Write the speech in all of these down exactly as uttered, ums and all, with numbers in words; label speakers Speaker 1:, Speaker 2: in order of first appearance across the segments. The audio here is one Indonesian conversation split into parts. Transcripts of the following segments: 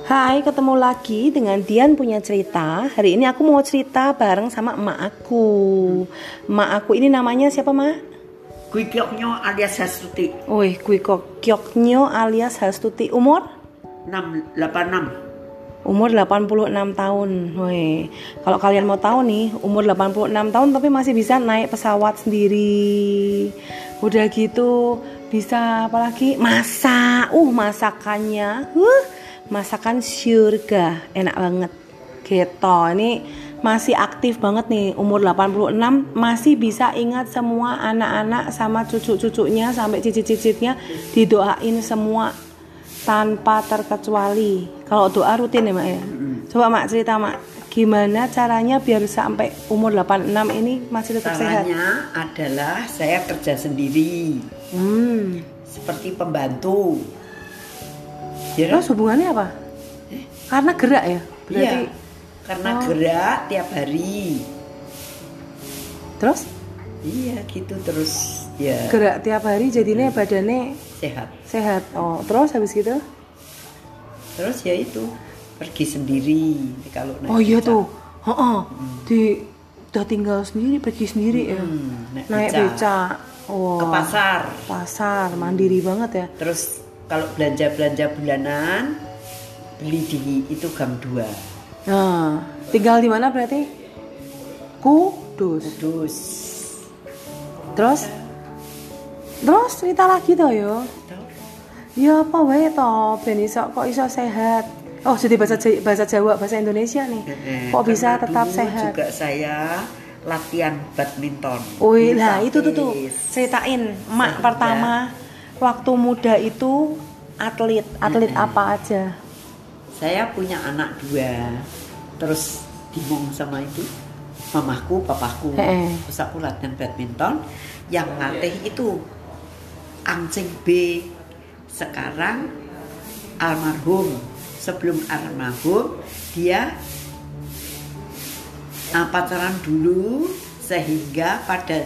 Speaker 1: Hai, ketemu lagi dengan Dian punya cerita. Hari ini aku mau cerita bareng sama emak aku. Emak aku ini namanya siapa, Mak?
Speaker 2: Kui Kyoknyo alias Hastuti.
Speaker 1: Wih, Kui Kyoknyo alias Hastuti. Umur?
Speaker 2: enam delapan enam.
Speaker 1: Umur delapan puluh enam tahun. Wih, kalau kalian mau tahu nih, umur delapan puluh enam tahun tapi masih bisa naik pesawat sendiri. Udah gitu bisa apalagi masak. Uh, masakannya. Huh. Masakan surga, enak banget gitu. Ini masih aktif banget nih, umur delapan puluh enam, masih bisa ingat semua anak-anak sama cucu-cucunya sampai cicit-cicitnya, didoain semua tanpa terkecuali. Kalau doa rutin ya, Mak ya. Coba Mak cerita, Mak, gimana caranya biar sampai umur delapan puluh enam ini masih tetap
Speaker 2: Caranya
Speaker 1: sehat?
Speaker 2: Caranya adalah saya kerja sendiri, hmm. seperti pembantu.
Speaker 1: Ya, terus hubungannya apa? Eh? Karena gerak ya? Berarti
Speaker 2: iya, karena
Speaker 1: oh.
Speaker 2: gerak tiap hari.
Speaker 1: Terus?
Speaker 2: Iya gitu terus ya.
Speaker 1: Gerak tiap hari jadinya badannya
Speaker 2: sehat.
Speaker 1: Sehat. Oh, terus habis gitu?
Speaker 2: Terus ya itu pergi sendiri kalau naik.
Speaker 1: Oh iya tuh. Heeh. Hmm. Di udah tinggal sendiri, pergi sendiri hmm, ya. Naik, naik beca. beca. Oh.
Speaker 2: Ke pasar.
Speaker 1: Pasar, mandiri banget ya.
Speaker 2: Terus kalau belanja-belanja bulanan beli di itu gang dua.
Speaker 1: Nah, tinggal di mana berarti? Kudus.
Speaker 2: Kudus.
Speaker 1: Terus? Ya. Terus cerita lagi toh yo. Ya apa wae toh ben iso kok iso sehat. Oh, jadi bahasa bahasa Jawa, bahasa Indonesia nih. Eh, kok bisa tetap
Speaker 2: dulu
Speaker 1: sehat?
Speaker 2: Juga saya latihan badminton.
Speaker 1: Wih, nah itu tuh tuh ceritain emak ya. Pertama waktu muda itu atlet, atlet hmm. apa aja?
Speaker 2: Saya punya anak dua, terus dimong sama itu, mamaku, papaku. Hmm. Terus aku latihan badminton, yang ngelatih itu Angcing B. Sekarang almarhum, sebelum almarhum dia nah, pacaran dulu sehingga pada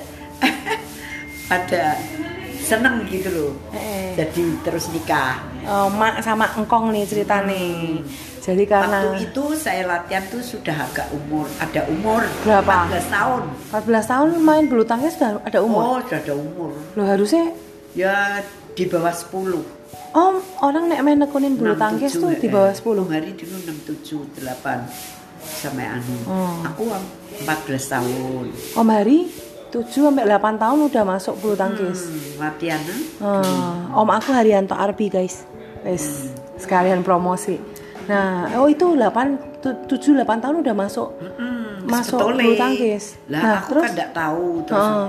Speaker 2: pada seneng gitu loh, eh. jadi terus nikah.
Speaker 1: Oh, Mak sama engkong nih cerita nih. Hmm. Jadi karena
Speaker 2: waktu itu saya latihan tuh sudah agak umur, ada umur
Speaker 1: berapa?
Speaker 2: empat belas tahun.
Speaker 1: empat belas tahun main bulu tangkis sudah ada umur?
Speaker 2: Oh, sudah ada umur.
Speaker 1: Loh harusnya?
Speaker 2: Ya di bawah sepuluh.
Speaker 1: Oh, orang nek main nekunin bulu tangkis tuh di bawah sepuluh.
Speaker 2: Hari dulu enam tujuh delapan sampai anu. Oh. Aku empat belas tahun.
Speaker 1: Om Hari tujuh sampai delapan tahun udah masuk bulu tangkis.
Speaker 2: Hmm, latihan.
Speaker 1: Hmm. Om aku Haryanto Arbi, guys. Wes, hmm. sekalian promosi. Nah, oh itu delapan tujuh delapan tahun udah masuk. Hmm, masuk sebetulnya. Bulu tangkis.
Speaker 2: Lah,
Speaker 1: nah,
Speaker 2: aku
Speaker 1: terus
Speaker 2: kan enggak tahu terus. Uh.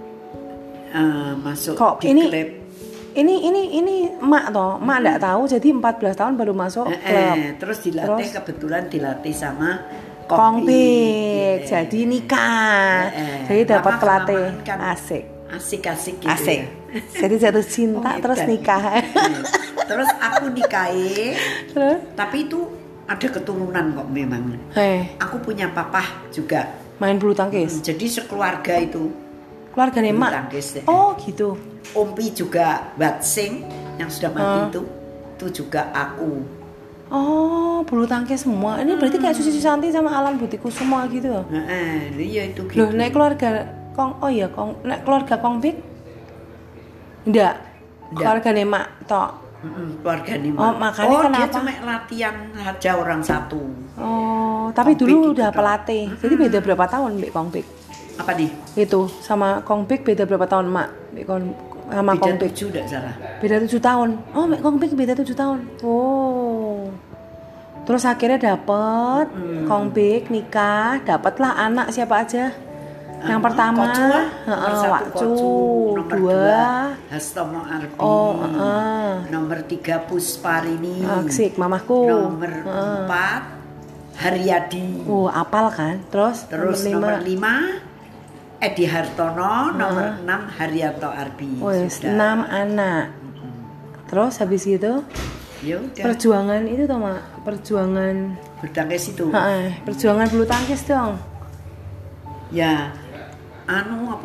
Speaker 2: Uh, masuk
Speaker 1: kok
Speaker 2: di
Speaker 1: ini
Speaker 2: klub.
Speaker 1: Ini ini ini emak toh, emak enggak hmm. tahu jadi empat belas tahun baru masuk
Speaker 2: eh,
Speaker 1: klub.
Speaker 2: Eh, terus dilatih terus, kebetulan dilatih sama
Speaker 1: Kong Pik, yeah. Jadi nikah, yeah. Jadi dapat pelatih, kan asik,
Speaker 2: asik-asik gitu
Speaker 1: asik.
Speaker 2: Ya.
Speaker 1: Jadi jatuh cinta oh, terus nikah.
Speaker 2: Yeah. Terus aku nikahi, terus? Tapi itu ada keturunan kok memang. Hey. Aku punya papa juga
Speaker 1: main bulu tangkis.
Speaker 2: Hmm, jadi sekeluarga itu.
Speaker 1: Keluarga emak.
Speaker 2: Tangkis,
Speaker 1: oh gitu.
Speaker 2: Ompi juga Batsing yang sudah mati uh. itu, itu juga aku.
Speaker 1: Oh, bulu tangkis semua. Ini berarti kayak Susi Susanti sama Alan Butiku semua gitu.
Speaker 2: Heeh, iya itu gitu.
Speaker 1: Loh, nek keluarga Kong, oh iya Kong, nek keluarga Kong Pik? Enggak. Keluarga Nemak tok.
Speaker 2: Heeh, keluarga Nemak.
Speaker 1: Oh, makanya
Speaker 2: oh,
Speaker 1: kenapa?
Speaker 2: Dia cuma latihan aja orang satu.
Speaker 1: Oh, tapi Kong dulu Pik udah pelatih. Hmm. Jadi beda berapa tahun Mbak Kong Pik?
Speaker 2: Apa nih?
Speaker 1: Itu sama Kong Pik beda berapa tahun, Mak? Mbak Kong sama Kong Pik.
Speaker 2: Beda tujuh enggak salah.
Speaker 1: Beda tujuh tahun. Oh, Mbak Kong Pik beda tujuh tahun. Oh. Terus akhirnya dapet hmm. Kong Pik nikah, dapatlah anak siapa aja? Yang uh, pertama,
Speaker 2: heeh,
Speaker 1: Wakcu, dua,
Speaker 2: Hastomo Arbi,
Speaker 1: oh, uh,
Speaker 2: nomor tiga Pusparini,
Speaker 1: Aksik, mamahku,
Speaker 2: nomor uh. empat Haryadi.
Speaker 1: Oh, apal kan? Terus,
Speaker 2: terus nomor lima Edi Hartono, uh. nomor enam Haryanto Arbi.
Speaker 1: Oh, enam anak. Hmm. Terus habis itu?
Speaker 2: Ya udah.
Speaker 1: Perjuangan itu toh, Mak. Perjuangan
Speaker 2: bulu tangkis itu.
Speaker 1: Heeh, perjuangan bulu tangkis dong.
Speaker 2: Ya. Anu apa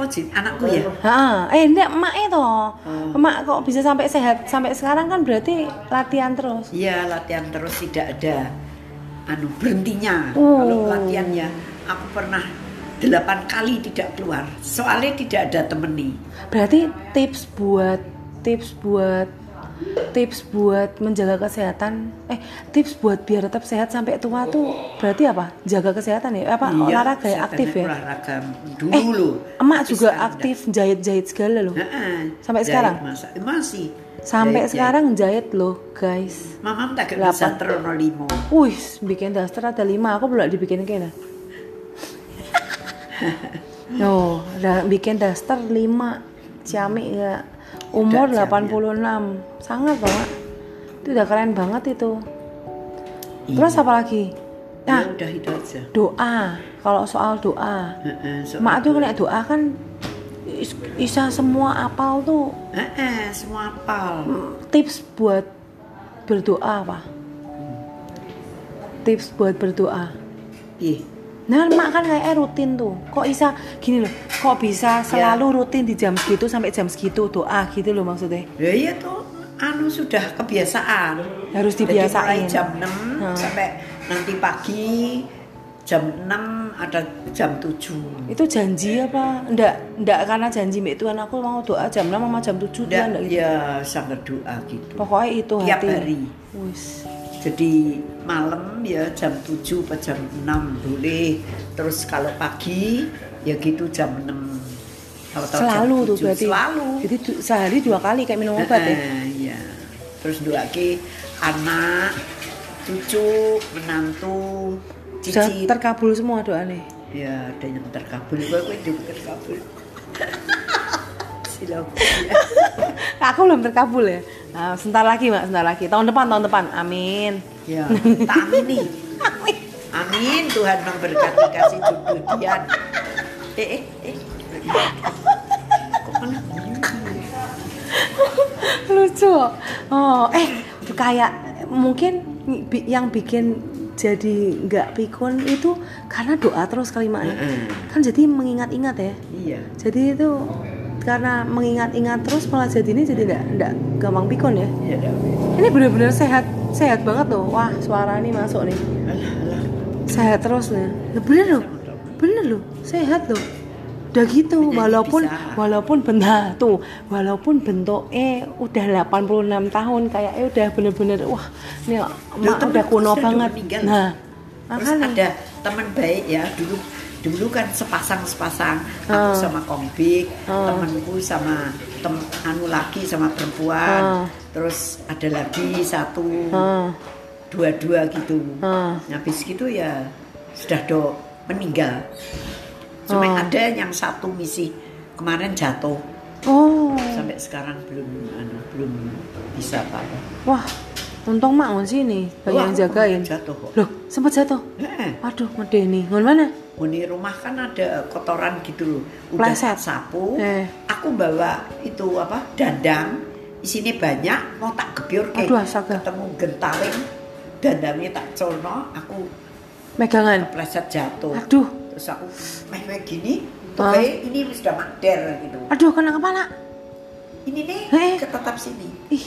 Speaker 2: apa sih anakku ya?
Speaker 1: Ha, eh enggak emak itu.
Speaker 2: Hmm.
Speaker 1: Emak kok bisa sampai sehat sampai sekarang kan berarti latihan terus.
Speaker 2: Iya, latihan terus tidak ada anu berhentinya.
Speaker 1: Oh.
Speaker 2: Kalau latihan ya, aku pernah delapan kali tidak keluar. Soalnya tidak ada temen nih.
Speaker 1: Berarti tips buat tips buat tips buat menjaga kesehatan eh tips buat biar tetap sehat sampai tua tuh berarti apa? Jaga kesehatan ya? Apa
Speaker 2: Iya,
Speaker 1: olahraga ya aktif ya?
Speaker 2: Olahraga dulu
Speaker 1: Eh,
Speaker 2: loh.
Speaker 1: emak
Speaker 2: Tapi
Speaker 1: juga
Speaker 2: sekarang
Speaker 1: aktif jahit-jahit segala loh.
Speaker 2: enggak. Heeh.
Speaker 1: Sampai
Speaker 2: Jahit
Speaker 1: sekarang?
Speaker 2: masa- masih.
Speaker 1: Sampai
Speaker 2: Jahit-jahit.
Speaker 1: sekarang jahit loh, guys.
Speaker 2: Mama tak
Speaker 1: Delapan.
Speaker 2: bisa terono limo.
Speaker 1: Wih, bikin daster ada lima, aku belum dibikin kayaknya. No, udah bikin daster lima, ciamik ya. Umur
Speaker 2: Udah,
Speaker 1: delapan puluh enam, sangat banget. Itu udah keren banget itu.
Speaker 2: Iya.
Speaker 1: Terus apa lagi?
Speaker 2: Ya
Speaker 1: Nah,
Speaker 2: udah itu aja.
Speaker 1: doa. Kalau soal doa,
Speaker 2: Heeh, soal
Speaker 1: mak tuh
Speaker 2: doa.
Speaker 1: kena doa kan is- bisa semua apal tuh.
Speaker 2: Heeh, semua apal.
Speaker 1: Tips buat berdoa apa? Tips buat berdoa.
Speaker 2: Ih,
Speaker 1: Nah, mak kan kayak rutin tuh. Kok bisa gini loh? Kok bisa selalu rutin di jam segitu sampai jam segitu doa gitu loh maksudnya?
Speaker 2: ya iya tuh anu sudah kebiasaan.
Speaker 1: Harus
Speaker 2: Jadi mulai
Speaker 1: dibiasain.
Speaker 2: jam enam
Speaker 1: Hmm.
Speaker 2: sampai nanti pagi jam enam ada jam tujuh.
Speaker 1: Itu janji apa? Enggak, enggak karena janji Mbak Tuhan aku mau doa jam enam sama jam tujuh
Speaker 2: Nggak,
Speaker 1: Tuhan enggak gitu.
Speaker 2: ya sangat doa gitu.
Speaker 1: Pokoknya itu
Speaker 2: Tiap
Speaker 1: hati.
Speaker 2: hari.
Speaker 1: Wis.
Speaker 2: Jadi malam ya jam tujuh atau jam enam boleh. Terus kalau pagi ya gitu jam enam. Kalau tahu
Speaker 1: Selalu
Speaker 2: jam
Speaker 1: tuh
Speaker 2: tujuh,
Speaker 1: berarti.
Speaker 2: Selalu.
Speaker 1: Jadi tu- sehari dua kali kayak minum obat ya.
Speaker 2: Eh, iya. Terus doake anak, cucu, menantu,
Speaker 1: Sudah
Speaker 2: cicit.
Speaker 1: terkabul semua doanya.
Speaker 2: Ya ada yang terkabul, gue gue juga terkabul. Silau.
Speaker 1: Aku belum terkabul ya. Nah, sebentar lagi Mak, sebentar lagi. Tahun depan, tahun depan. Amin.
Speaker 2: Ya, tak amin nih. Amin Tuhan memberkati kasih jodoh Dian. Eh eh eh. Kok mana?
Speaker 1: Lucu. Oh, eh kayak mungkin bi- yang bikin jadi nggak pikun itu karena doa terus kali Mak. ya.
Speaker 2: Heeh.
Speaker 1: Kan jadi mengingat-ingat ya.
Speaker 2: Iya.
Speaker 1: Jadi itu karena mengingat-ingat terus malah jadi ini jadi nggak nggak gampang pikun ya.
Speaker 2: Iya dah.
Speaker 1: Ini benar-benar sehat sehat banget loh. Wah suara ini masuk nih.
Speaker 2: Alah alah.
Speaker 1: Sehat terus nih. Loh, bener loh. Bener loh. Sehat loh. Udah gitu
Speaker 2: Penyanyi
Speaker 1: walaupun
Speaker 2: bisa.
Speaker 1: walaupun bentar tuh walaupun bentuknya udah delapan puluh enam tahun kayaknya udah bener-bener wah ini
Speaker 2: Loh,
Speaker 1: mak
Speaker 2: temen
Speaker 1: udah
Speaker 2: aku
Speaker 1: kuno
Speaker 2: sudah
Speaker 1: banget.
Speaker 2: meninggal.
Speaker 1: Nah,
Speaker 2: Terus
Speaker 1: makanya
Speaker 2: ada teman baik ya dulu dulu kan sepasang sepasang aku
Speaker 1: Ah.
Speaker 2: sama Kombik,
Speaker 1: Ah.
Speaker 2: temanku sama tem anu laki sama perempuan,
Speaker 1: Ah.
Speaker 2: terus ada lagi satu
Speaker 1: ah,
Speaker 2: dua-dua gitu.
Speaker 1: ah.
Speaker 2: Habis gitu ya sudah do meninggal. Cuma
Speaker 1: Oh.
Speaker 2: ada yang satu misi kemarin jatuh
Speaker 1: Oh,
Speaker 2: sampai sekarang belum anu, belum bisa apa-apa.
Speaker 1: wah, untung mak ngon sini banyak
Speaker 2: Wah,
Speaker 1: yang jagain.
Speaker 2: jatuh kok.
Speaker 1: Loh, sempat jatuh.
Speaker 2: Eh,
Speaker 1: Aduh, medeni. Ngon mana?
Speaker 2: di rumah kan ada kotoran gitu loh. Udah
Speaker 1: Pleset.
Speaker 2: sapu.
Speaker 1: Eh.
Speaker 2: Aku bawa itu apa? Dandang. Isinya banyak, mau tak gebyur ke.
Speaker 1: Aduh, astaga.
Speaker 2: Ketemu gentaling. Dandangnya tak colno, aku
Speaker 1: Megangan.
Speaker 2: pleset jatuh.
Speaker 1: Aduh,
Speaker 2: Terus aku meh meh gini, tuh
Speaker 1: Hah?
Speaker 2: kayak ini sudah makder gitu.
Speaker 1: aduh kena kepala.
Speaker 2: Ini nih
Speaker 1: Eh.
Speaker 2: ketetap sini.
Speaker 1: Ih,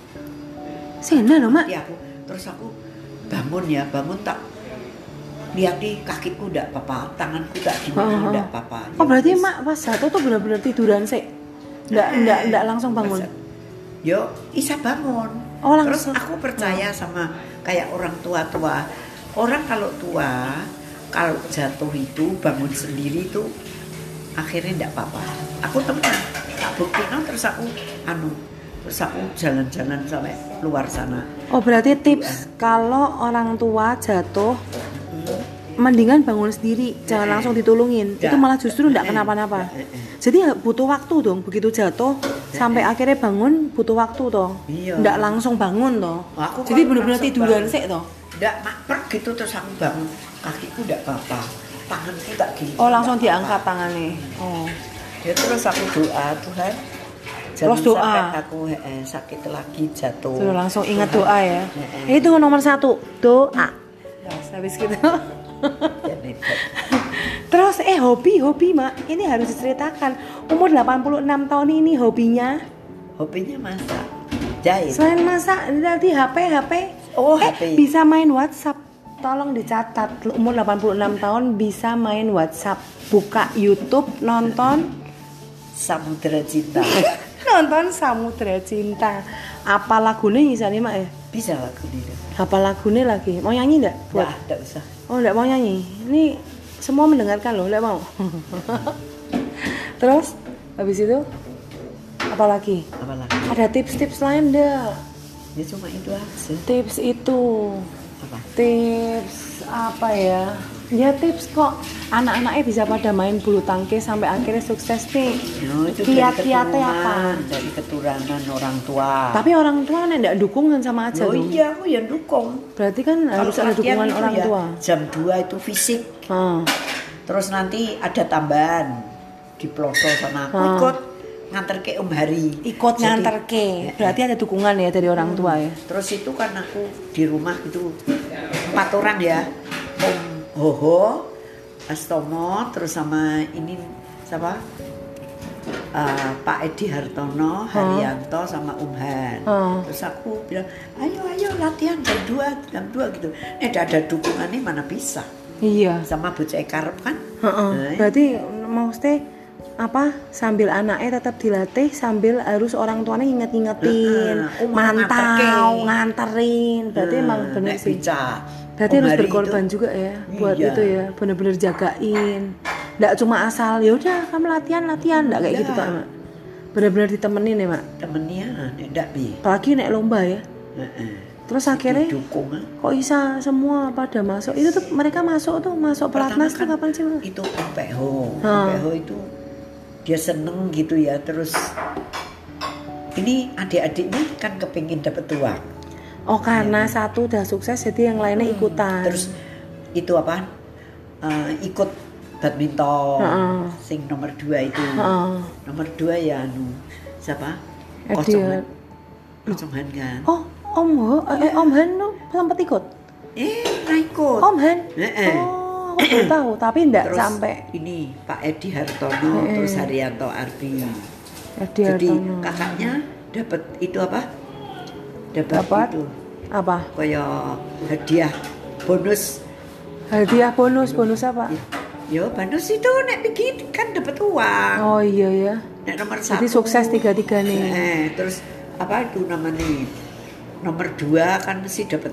Speaker 1: sena loh mak.
Speaker 2: Mati aku. Terus aku bangun ya, bangun tak lihat di kakiku enggak apa-apa, tanganku tak gini
Speaker 1: Oh, oh, oh.
Speaker 2: enggak apa-apa.
Speaker 1: Oh
Speaker 2: Ya
Speaker 1: berarti
Speaker 2: wis.
Speaker 1: mak pas jatuh tuh benar-benar tiduran sih. Nggak,
Speaker 2: Eh,
Speaker 1: nggak, nggak langsung bangun.
Speaker 2: masa- Yo, isa bangun.
Speaker 1: Oh,
Speaker 2: Terus
Speaker 1: langsung.
Speaker 2: aku percaya sama kayak orang tua-tua. Orang kalau tua, kalau jatuh itu bangun sendiri itu akhirnya enggak apa-apa. Aku tenang. Tak buktiin terus aku anu, terus aku jalan-jalan sampai luar sana.
Speaker 1: Oh berarti tips kalau orang tua jatuh mendingan bangun sendiri, jangan
Speaker 2: Eh,
Speaker 1: langsung ditulungin.
Speaker 2: enggak.
Speaker 1: Itu malah justru enggak
Speaker 2: Eh,
Speaker 1: kenapa-napa.
Speaker 2: eh, eh.
Speaker 1: Jadi ya butuh waktu dong, begitu jatuh sampai akhirnya bangun butuh waktu toh.
Speaker 2: Iya.
Speaker 1: Enggak langsung bangun toh.
Speaker 2: Aku
Speaker 1: Jadi
Speaker 2: kalau
Speaker 1: benar-benar
Speaker 2: langsung
Speaker 1: tiduran
Speaker 2: bangun.
Speaker 1: sih toh.
Speaker 2: Enggak makper gitu terus aku bangun. Kakiku enggak apa-apa. Tanganku tak gini.
Speaker 1: Oh langsung
Speaker 2: enggak
Speaker 1: diangkat
Speaker 2: apa-apa.
Speaker 1: tangannya. Oh.
Speaker 2: Ya terus aku doa Tuhan.
Speaker 1: Terus doa.
Speaker 2: Sampai aku eh, sakit lagi jatuh.
Speaker 1: Terus langsung ingat
Speaker 2: Tuhan.
Speaker 1: doa ya.
Speaker 2: Eh, eh.
Speaker 1: Itu nomor satu doa. Nah, habis gitu.
Speaker 2: Ya, hebat.
Speaker 1: Terus eh hobi hobi mak, ini harus diceritakan. Umur delapan puluh enam tahun ini hobinya?
Speaker 2: Hobinya masak, jahit.
Speaker 1: Selain masak, nanti H P H P.
Speaker 2: Oh
Speaker 1: eh,
Speaker 2: H P.
Speaker 1: Bisa main WhatsApp. Tolong dicatat. Umur delapan puluh enam tahun bisa main WhatsApp. Buka YouTube, nonton
Speaker 2: Samudra Cinta.
Speaker 1: Nonton Samudra Cinta. Apa lagunya misalnya mak ya?
Speaker 2: Bisa lagu ini.
Speaker 1: Apa lagunya lagi? Mau nyanyi enggak?
Speaker 2: Wah, enggak usah.
Speaker 1: Oh, enggak mau nyanyi. Ini semua mendengarkan loh, enggak mau. Terus habis itu apa lagi?
Speaker 2: Apa lagi?
Speaker 1: Ada tips-tips lain enggak?
Speaker 2: Ya cuma itu aja.
Speaker 1: Tips itu.
Speaker 2: Apa?
Speaker 1: Tips apa ya? Ya tips kok anak-anaknya bisa pada main bulu tangkis sampai akhirnya sukses nih.
Speaker 2: No, itu
Speaker 1: Kiat-kiatnya
Speaker 2: dari
Speaker 1: apa?
Speaker 2: keturunan, dari keturunan orang tua.
Speaker 1: Tapi orang tua nih enggak dukung kan sama aja
Speaker 2: Oh
Speaker 1: dong.
Speaker 2: iya, aku yang dukung.
Speaker 1: Berarti kan harus
Speaker 2: Kalau
Speaker 1: ada
Speaker 2: latihan
Speaker 1: dukungan
Speaker 2: itu
Speaker 1: orang
Speaker 2: ya,
Speaker 1: tua.
Speaker 2: Jam dua itu fisik.
Speaker 1: Ah.
Speaker 2: Terus nanti ada tambahan di pelosok sama aku
Speaker 1: Ah.
Speaker 2: ikut nganter ke Om Hari.
Speaker 1: Ikut
Speaker 2: Jadi,
Speaker 1: nganter ke.
Speaker 2: ya,
Speaker 1: Berarti ada dukungan ya dari orang tua ya.
Speaker 2: Terus itu kan aku di rumah itu empat orang ya. Om Hoho, Astomo, terus sama ini siapa? Uh, Pak Edi Hartono, Haryanto, sama Om Han.
Speaker 1: Hmm.
Speaker 2: Terus aku bilang, ayo ayo latihan jam dua, jam dua gitu. Eh ada dukungannya mana bisa.
Speaker 1: Iya.
Speaker 2: Sama bocah karep kan.
Speaker 1: Heeh.
Speaker 2: Nah,
Speaker 1: Berarti maksudnya apa sambil anaknya tetap dilatih sambil harus orang tuanya nginget-ngingetin,
Speaker 2: Heeh. Oh,
Speaker 1: mantau,
Speaker 2: nganterke.
Speaker 1: nganterin. Berarti
Speaker 2: Nah,
Speaker 1: emang bener
Speaker 2: nek
Speaker 1: sih.
Speaker 2: bisa.
Speaker 1: Berarti
Speaker 2: Om
Speaker 1: harus
Speaker 2: Hari
Speaker 1: berkorban
Speaker 2: itu-
Speaker 1: juga ya buat
Speaker 2: Iya.
Speaker 1: itu ya, bener-bener jagain. Nggak cuma asal ya udah kamu latihan latihan, nggak kayak gitu
Speaker 2: Nggak.
Speaker 1: kan mak. Bener-bener ditemenin ya mak.
Speaker 2: Temennya ndak bi.
Speaker 1: Apalagi naik lomba ya.
Speaker 2: Heeh.
Speaker 1: Terus akhirnya
Speaker 2: Dukung. ah.
Speaker 1: kok bisa semua pada masuk? Itu tuh mereka masuk tuh masuk pelatnas tuh
Speaker 2: Pertama
Speaker 1: kapan sih mak?
Speaker 2: itu Om Peho. Om
Speaker 1: Hmm.
Speaker 2: Peho itu dia seneng gitu ya. Terus ini adik-adiknya kan kepingin dapet uang.
Speaker 1: Oh karena satu udah sukses jadi yang lainnya ikutan.
Speaker 2: Terus itu apa? Eh, ikut badminton.
Speaker 1: Heeh.
Speaker 2: Sing nomor dua itu.
Speaker 1: Heeh.
Speaker 2: Nomor dua ya anu siapa?
Speaker 1: Ediot.
Speaker 2: Kosongan. Kosongan kan.
Speaker 1: Oh Om Ho, eh, Om Han lu sempat ikut?
Speaker 2: Eh, nah ikut.
Speaker 1: Om Han?
Speaker 2: Heeh.
Speaker 1: Oh aku baru tahu tapi enggak
Speaker 2: Terus
Speaker 1: sampai.
Speaker 2: ini Pak Edi Hartono,
Speaker 1: Heeh.
Speaker 2: terus Haryanto Ardi.
Speaker 1: Edi
Speaker 2: Jadi
Speaker 1: Hartono.
Speaker 2: kakaknya dapat itu apa? Dapat
Speaker 1: Dapat?
Speaker 2: itu
Speaker 1: Apa?
Speaker 2: kayak hadiah bonus.
Speaker 1: Hadiah bonus, bonus apa?
Speaker 2: Yo bonus itu nek bikin kan dapat uang.
Speaker 1: Oh iya ya.
Speaker 2: Nek nomor satu.
Speaker 1: Jadi sukses tiga-tiga nih.
Speaker 2: Eh, terus apa itu namanya? Nomor dua kan mesti dapat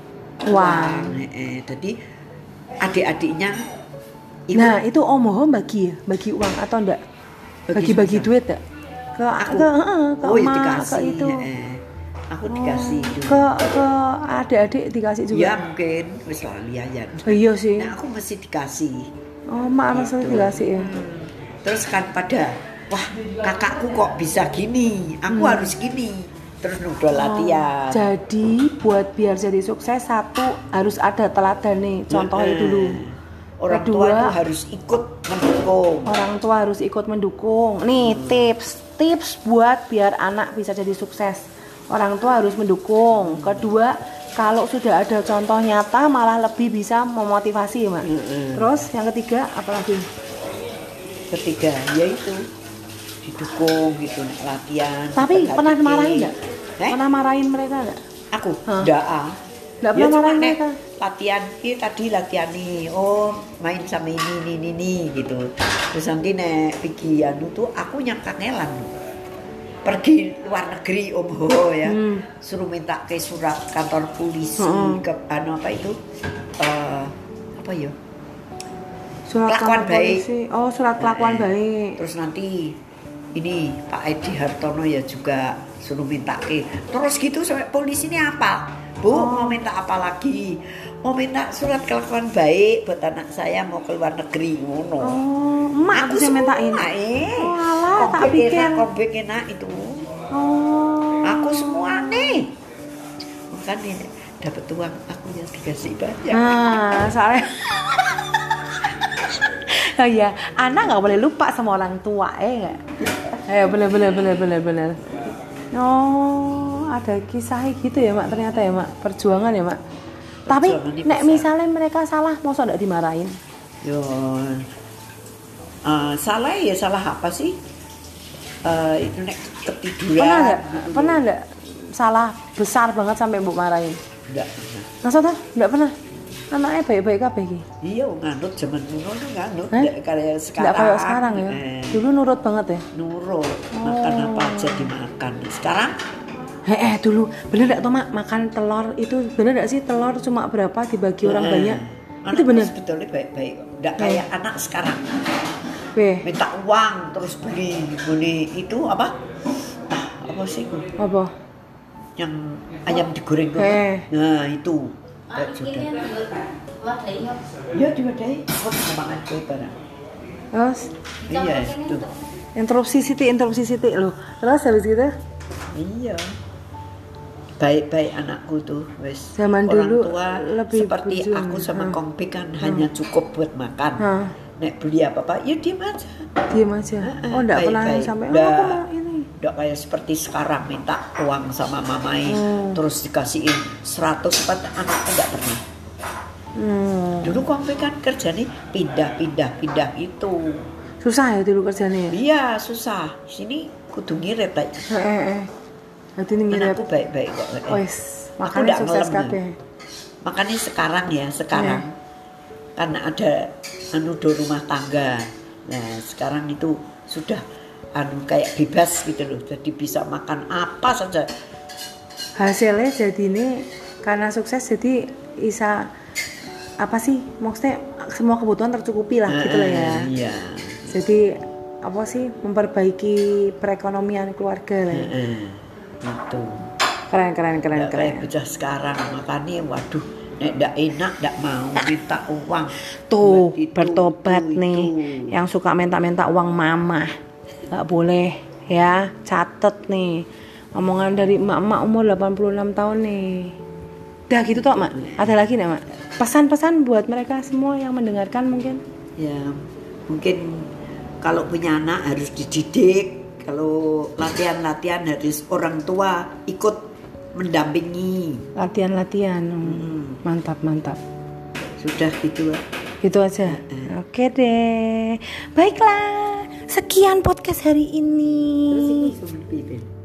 Speaker 1: Uang.
Speaker 2: Eh, eh, jadi adik-adiknya ikut.
Speaker 1: Nah itu Om Ho bagi ya, bagi uang atau enggak? Bagi-bagi
Speaker 2: Bagi
Speaker 1: duit ya? Ke
Speaker 2: Aku.
Speaker 1: ke, heeh, ke
Speaker 2: oh, ya
Speaker 1: emak,
Speaker 2: dikasih.
Speaker 1: ke itu.
Speaker 2: eh. Aku dikasih itu.
Speaker 1: Ke ke adik-adik dikasih juga.
Speaker 2: Ya mungkin wis lali ayan.
Speaker 1: Oh, iya sih.
Speaker 2: Nah, aku mesti dikasih.
Speaker 1: Oh, mak mesti
Speaker 2: Gitu.
Speaker 1: dikasih ya.
Speaker 2: Hmm. Terus kan pada wah, kakakku kok bisa gini, aku
Speaker 1: Hmm.
Speaker 2: harus gini. Terus udah latihan.
Speaker 1: Jadi buat biar jadi sukses satu harus ada teladan nih. Contohnya
Speaker 2: Heeh.
Speaker 1: dulu.
Speaker 2: Orang
Speaker 1: Kedua,
Speaker 2: tua tuh harus ikut mendukung.
Speaker 1: orang tua harus ikut mendukung. Nih tips, tips buat biar anak bisa jadi sukses. Orang tua harus mendukung. Kedua, kalau sudah ada contoh nyata malah lebih bisa memotivasi, Mak.
Speaker 2: Mm-mm.
Speaker 1: Terus yang ketiga apalagi?
Speaker 2: Ketiga, yaitu didukung gitu nek latihan.
Speaker 1: Tapi
Speaker 2: diperhatikan.
Speaker 1: pernah marahin enggak?
Speaker 2: Eh?
Speaker 1: Pernah marahin mereka enggak?
Speaker 2: Aku
Speaker 1: Hah?
Speaker 2: ndak ah.
Speaker 1: Nggak
Speaker 2: Ya
Speaker 1: pernah
Speaker 2: cuma
Speaker 1: marahin
Speaker 2: nek
Speaker 1: mereka?
Speaker 2: latihan ki tadi latihan nih. Oh, main sama ini ini ini, ini gitu. Terus nanti nek pergi anu tuh aku yang kangelan. Pergi luar negeri Om Ho ya.
Speaker 1: Hmm.
Speaker 2: Suruh minta ke surat kantor polisi
Speaker 1: Hmm.
Speaker 2: ke anu apa itu? Eh, apa ya?
Speaker 1: Surat
Speaker 2: Kelakuan
Speaker 1: kantor
Speaker 2: baik.
Speaker 1: polisi. Oh, surat kelakuan
Speaker 2: Eh,
Speaker 1: baik.
Speaker 2: Terus nanti ini Pak Edi Hartono ya juga suruh minta ke. Terus gitu sampai polisi ini apa? Bu,
Speaker 1: Oh.
Speaker 2: mau minta apa lagi? Mau minta surat kelakuan baik buat anak saya mau ke luar negeri ngono.
Speaker 1: Oh, emak aku sih mintain.
Speaker 2: Eh.
Speaker 1: Oh, alah, tak
Speaker 2: Kobek
Speaker 1: pikir.
Speaker 2: enak, kobek enak itu.
Speaker 1: Oh.
Speaker 2: Aku semua nih. Kan ini dapat uang aku yang dikasih banyak.
Speaker 1: Nah, soalnya oh iya, anak nggak boleh lupa sama orang tua, eh nggak? Eh bener bener bener bener bener. Oh, ada kisah gitu ya mak ternyata ya mak, perjuangan ya mak. Tapi
Speaker 2: Perjuangan ini
Speaker 1: nek
Speaker 2: besar.
Speaker 1: misalnya mereka salah, masa nggak dimarahin?
Speaker 2: Yo, Uh, salah ya salah apa sih? Uh, itu nek ketiduran.
Speaker 1: Pernah nggak?
Speaker 2: Gitu.
Speaker 1: Pernah nggak salah besar banget sampai mbok marahin?
Speaker 2: Enggak pernah.
Speaker 1: Maksudnya enggak pernah? Anaknya baik-baik kabeh iki.
Speaker 2: Iya, nganut zaman dulu nganut
Speaker 1: eh?
Speaker 2: kayak sekarang.
Speaker 1: Enggak kayak sekarang ya.
Speaker 2: Eh.
Speaker 1: Dulu nurut banget ya.
Speaker 2: Nurut, oh. Makan apa aja dimakan. Sekarang
Speaker 1: Eh, eh dulu bener enggak tuh Mak makan telur itu bener enggak sih telur cuma berapa dibagi orang eh. banyak?
Speaker 2: Anak
Speaker 1: itu bener.
Speaker 2: Sebetulnya baik-baik. Enggak eh. kayak anak sekarang.
Speaker 1: Weh.
Speaker 2: Minta uang terus beli beli itu apa? Ah, apa sih?
Speaker 1: Apa?
Speaker 2: Yang ayam digoreng itu.
Speaker 1: Eh.
Speaker 2: Nah, itu. Kayak sudah. Iya, diwadai. Kok makan kue barang.
Speaker 1: Terus?
Speaker 2: Iya, itu.
Speaker 1: Interupsi Siti, interupsi Siti loh. Terus habis gitu?
Speaker 2: Iya. Baik-baik anakku tuh, wes.
Speaker 1: Zaman
Speaker 2: orang
Speaker 1: dulu
Speaker 2: tua
Speaker 1: lebih
Speaker 2: seperti
Speaker 1: berjuang.
Speaker 2: aku sama
Speaker 1: ha.
Speaker 2: Kongpi kan ha. hanya
Speaker 1: ha.
Speaker 2: cukup buat makan.
Speaker 1: Ha.
Speaker 2: Nek beli apa-apa, ya diam aja.
Speaker 1: Diam aja. Ha. Oh, enggak pernah sampai oh, aku mau ini.
Speaker 2: Enggak kayak seperti sekarang minta uang sama mamai hmm. terus dikasihin seratus empat anaknya enggak pernah. Hmm. Dulu Kongpi kan kerja nih pindah-pindah-pindah itu.
Speaker 1: Susah ya dulu kerjanya ya?
Speaker 2: Iya, susah. Sini kudu ngirit aja.
Speaker 1: Heeh. Eh. Berarti ini ngirit.
Speaker 2: Anakku baik-baik kok.
Speaker 1: Wes, makanya sukses kabeh.
Speaker 2: Makanya sekarang ya, sekarang yeah. karena ada anu do rumah tangga. Nah, sekarang itu sudah anu kayak bebas gitu loh. Jadi bisa makan apa saja.
Speaker 1: Hasilnya jadi ini karena sukses jadi bisa apa sih? Maksudnya semua kebutuhan tercukupi lah nah, gitu lah ya.
Speaker 2: Iya.
Speaker 1: Jadi apa sih memperbaiki perekonomian keluarga lah. Ya.
Speaker 2: Itu
Speaker 1: keren keren keren
Speaker 2: nggak
Speaker 1: keren
Speaker 2: kayak bocah sekarang makanya waduh nek ndak enak ndak mau minta uang
Speaker 1: tuh
Speaker 2: itu,
Speaker 1: bertobat
Speaker 2: itu,
Speaker 1: nih itu. Yang suka minta-minta uang mama nggak boleh ya, catet nih omongan dari emak-emak umur delapan puluh enam tahun nih. Dah gitu toh Mak, ada lagi nih Mak pesan-pesan buat mereka semua yang mendengarkan mungkin
Speaker 2: ya mungkin kalau punya anak harus dididik. Kalau latihan-latihan harus orang tua ikut mendampingi.
Speaker 1: Latihan-latihan, hmm. mantap mantap.
Speaker 2: Sudah gitu lah.
Speaker 1: Gitu aja. Uh-uh. Oke deh. Baiklah, sekian podcast hari ini.
Speaker 2: Terus ini